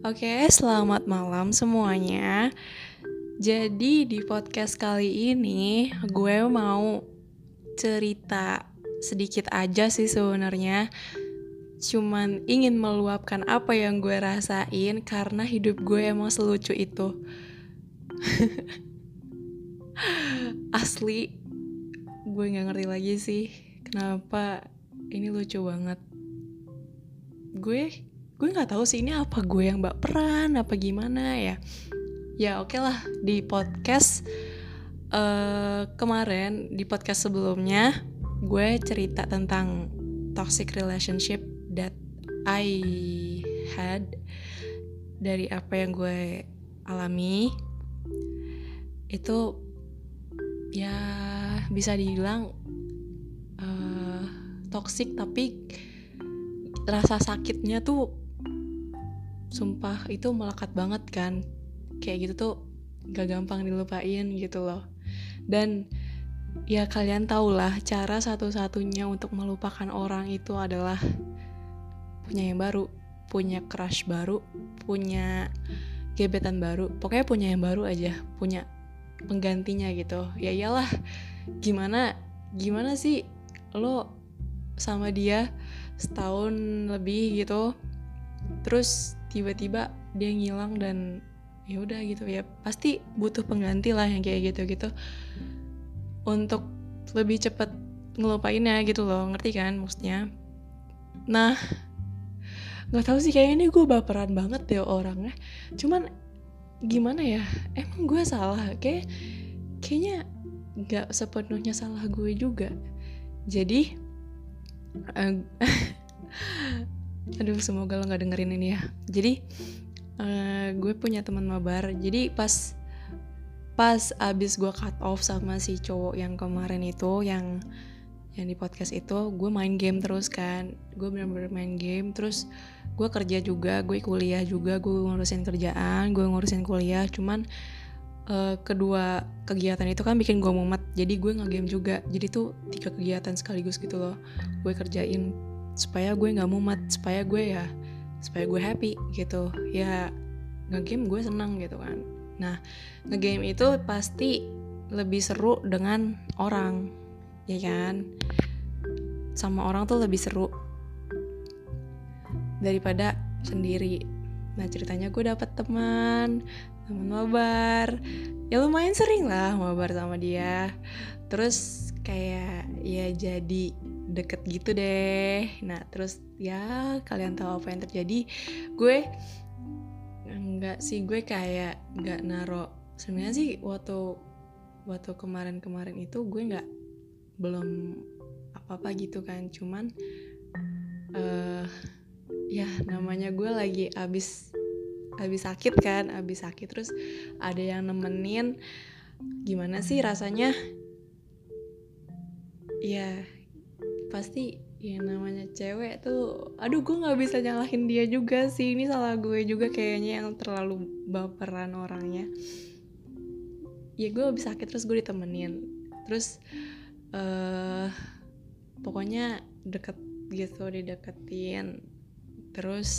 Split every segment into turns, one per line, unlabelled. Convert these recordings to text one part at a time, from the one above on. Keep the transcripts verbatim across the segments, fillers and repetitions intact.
Oke, selamat malam semuanya. Jadi di podcast kali ini gue mau cerita sedikit aja sih sebenarnya. Cuman ingin meluapkan apa yang gue rasain karena hidup gue emang selucu itu. Asli, gue gak ngerti lagi sih kenapa ini lucu banget. Gue gue nggak tahu sih ini apa gue yang baperan apa gimana ya. Ya oke lah, di podcast uh, kemarin, di podcast sebelumnya, gue cerita tentang toxic relationship that I had, dari apa yang gue alami. Itu ya bisa dibilang uh, toxic, tapi rasa sakitnya tuh sumpah itu melekat banget kan. Kayak gitu tuh gak gampang dilupain gitu loh. Dan ya kalian tau lah, cara satu-satunya untuk melupakan orang itu adalah punya yang baru, punya crush baru, punya gebetan baru. Pokoknya punya yang baru aja, punya penggantinya gitu. Ya iyalah, gimana gimana sih lo sama dia setahun lebih gitu, terus tiba-tiba dia ngilang dan ya udah gitu. Ya pasti butuh pengganti lah yang kayak gitu-gitu untuk lebih cepet ngelupainnya gitu loh, ngerti kan maksudnya. Nah, nggak tahu sih, kayaknya ini gue baperan banget deh orangnya. Cuman gimana ya, emang gue salah? Kayak kayaknya nggak sepenuhnya salah gue juga. Jadi uh, aduh semoga lo nggak dengerin ini ya. Jadi Uh, gue punya teman mabar. Jadi pas pas abis gue cut off sama si cowok yang kemarin itu, yang yang di podcast itu, gue main game terus kan. Gue bener-bener main game. Terus gue kerja juga, gue kuliah juga, gue ngurusin kerjaan, gue ngurusin kuliah. Cuman uh, kedua kegiatan itu kan bikin gue mumet. Jadi gue nge-game juga. Jadi tuh tiga kegiatan sekaligus gitu loh gue kerjain, supaya gue nggak mumet, supaya gue ya supaya gue happy gitu ya. Nge-game gue senang gitu kan. Nah, nge-game itu pasti lebih seru dengan orang, ya kan? Sama orang tuh lebih seru daripada sendiri. Nah, ceritanya gue dapet teman teman mabar. Ya lumayan sering lah mabar sama dia. Terus kayak ya jadi deket gitu deh. Nah terus ya kalian tahu apa yang terjadi. Gue enggak sih, gue kayak enggak naro. Sebenarnya sih waktu waktu kemarin-kemarin itu gue enggak, belum apa-apa gitu kan. Cuman uh, ya namanya gue lagi abis abis sakit kan, abis sakit terus ada yang nemenin. Gimana sih rasanya? Ya pasti yang namanya cewek tuh, aduh gue nggak bisa nyalahin dia juga sih, ini salah gue juga kayaknya yang terlalu baperan orangnya. Ya gue habis sakit terus gue ditemenin, terus uh, pokoknya deket gitu, dideketin, terus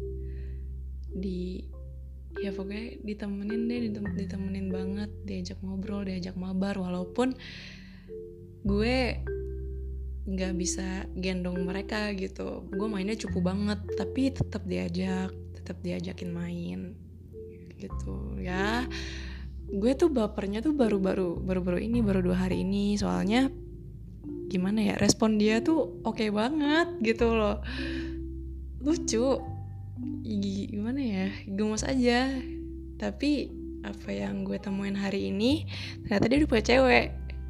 di ya pokoknya ditemenin deh, ditemenin banget, diajak ngobrol, diajak mabar, walaupun gue nggak bisa gendong mereka gitu. Gue mainnya cupu banget, tapi tetap diajak, tetap diajakin main gitu ya. Gue tuh bapernya tuh baru-baru baru-baru ini, baru dua hari ini. Soalnya gimana ya, respon dia tuh oke okay banget gitu loh, lucu, gimana ya, gemes aja. Tapi apa yang gue temuin hari ini, ternyata dia udah punya cewek.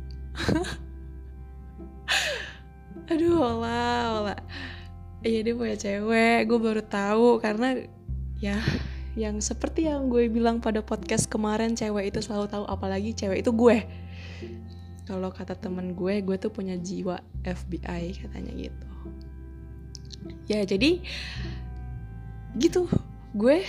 Aduh, olah, olah. Iya, dia punya cewek. Gue baru tahu karena ya yang seperti yang gue bilang pada podcast kemarin, cewek itu selalu tahu, apalagi cewek itu gue. Kalau kata temen gue, gue tuh punya jiwa F B I katanya gitu. Ya, jadi gitu. Gue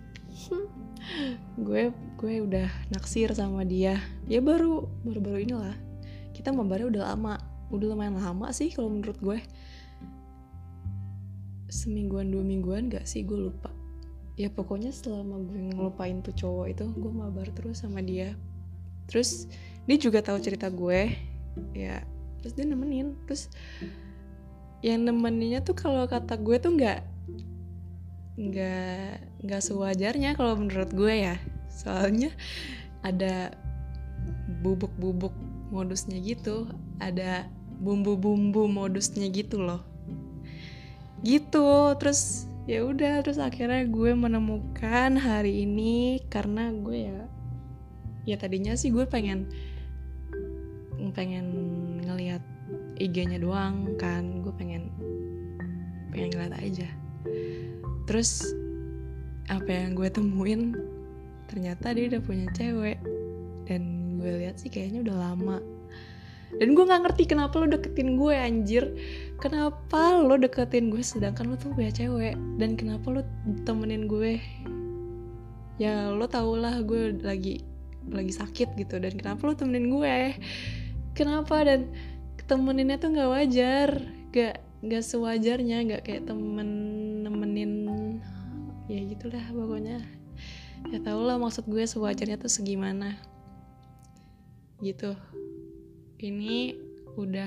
gue gue udah naksir sama dia. Ya baru baru-baru inilah. Kita mabarnya udah lama. Udah lumayan lama sih kalau menurut gue. Semingguan dua mingguan gak sih, gue lupa. ya pokoknya selama gue ngelupain tuh cowok itu, gue mabar terus sama dia. Terus dia juga tahu cerita gue, ya terus dia nemenin. Terus yang nemeninnya tuh kalau kata gue tuh nggak nggak nggak sewajarnya kalau menurut gue ya, soalnya ada bubuk-bubuk modusnya gitu, ada bumbu-bumbu modusnya gitu loh, gitu. Terus ya udah, terus akhirnya gue menemukan hari ini karena gue ya ya tadinya sih gue pengen pengen ngelihat I G-nya doang kan, gue pengen pengen ngeliat aja. Terus apa yang gue temuin, ternyata dia udah punya cewek, dan gue lihat sih kayaknya udah lama. Dan gue nggak ngerti kenapa lo deketin gue anjir, kenapa lo deketin gue sedangkan lo tuh punya cewek, dan kenapa lo temenin gue. Ya lo tau lah gue lagi lagi sakit gitu, dan kenapa lo temenin gue, kenapa? Dan temeninnya tuh nggak wajar, nggak nggak sewajarnya, nggak kayak temen nemenin, ya gitulah pokoknya. Ya tau lah maksud gue sewajarnya tuh segimana gitu. Ini udah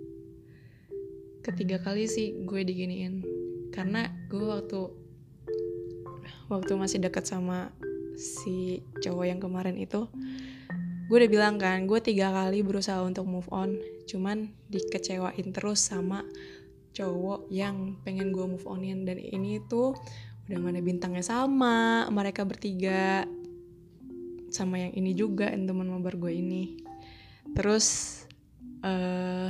ketiga kali sih gue diginiin, karena gue waktu waktu masih dekat sama si cowok yang kemarin itu, gue udah bilang kan, gue tiga kali berusaha untuk move on, cuman dikecewain terus sama cowok yang pengen gue move onin. Dan ini tuh udah mana bintangnya sama mereka bertiga, sama yang ini juga, yang teman mabar gue ini. Terus uh,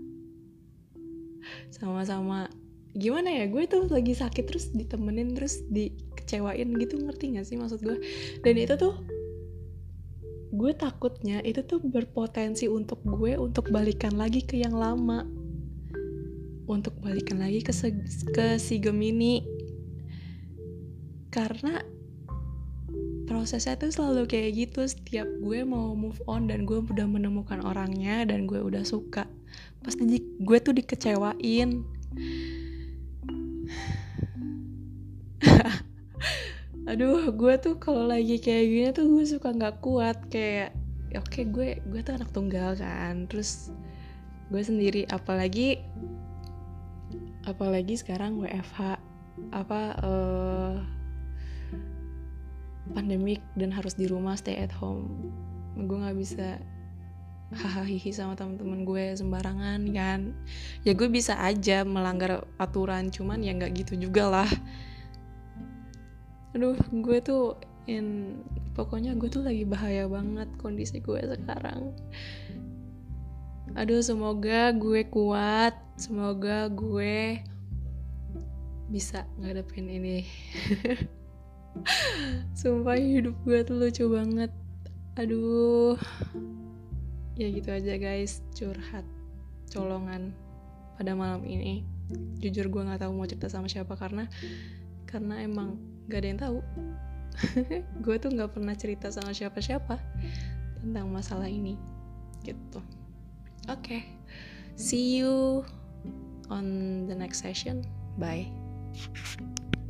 sama-sama gimana ya, gue tuh lagi sakit terus ditemenin terus dikecewain gitu, ngerti gak sih maksud gue? Dan itu tuh gue takutnya itu tuh berpotensi untuk gue untuk balikan lagi ke yang lama, untuk balikan lagi ke, se- ke si Gemini, karena prosesnya tuh selalu kayak gitu. Setiap gue mau move on dan gue udah menemukan orangnya dan gue udah suka, pasti di, gue tuh dikecewain. Aduh, gue tuh kalau lagi kayak gini tuh gue suka nggak kuat, kayak oke okay, gue gue tuh anak tunggal kan, terus gue sendiri, apalagi apalagi sekarang W F H apa uh, pandemik dan harus di rumah, stay at home. Gue nggak bisa hahaha sama teman-teman gue sembarangan kan. Ya gue bisa aja melanggar aturan, cuman ya nggak gitu juga lah. Aduh, gue tuh in pokoknya gue tuh lagi bahaya banget kondisi gue sekarang. Aduh, semoga gue kuat, semoga gue bisa ngadepin ini. Sumpah hidup gue tuh lucu banget. Aduh. Ya gitu aja guys, curhat colongan pada malam ini. Jujur gue nggak tahu mau cerita sama siapa, karena karena emang gak ada yang tahu. Gue tuh nggak pernah cerita sama siapa-siapa tentang masalah ini gitu. Oke, okay. See you on the next session. Bye.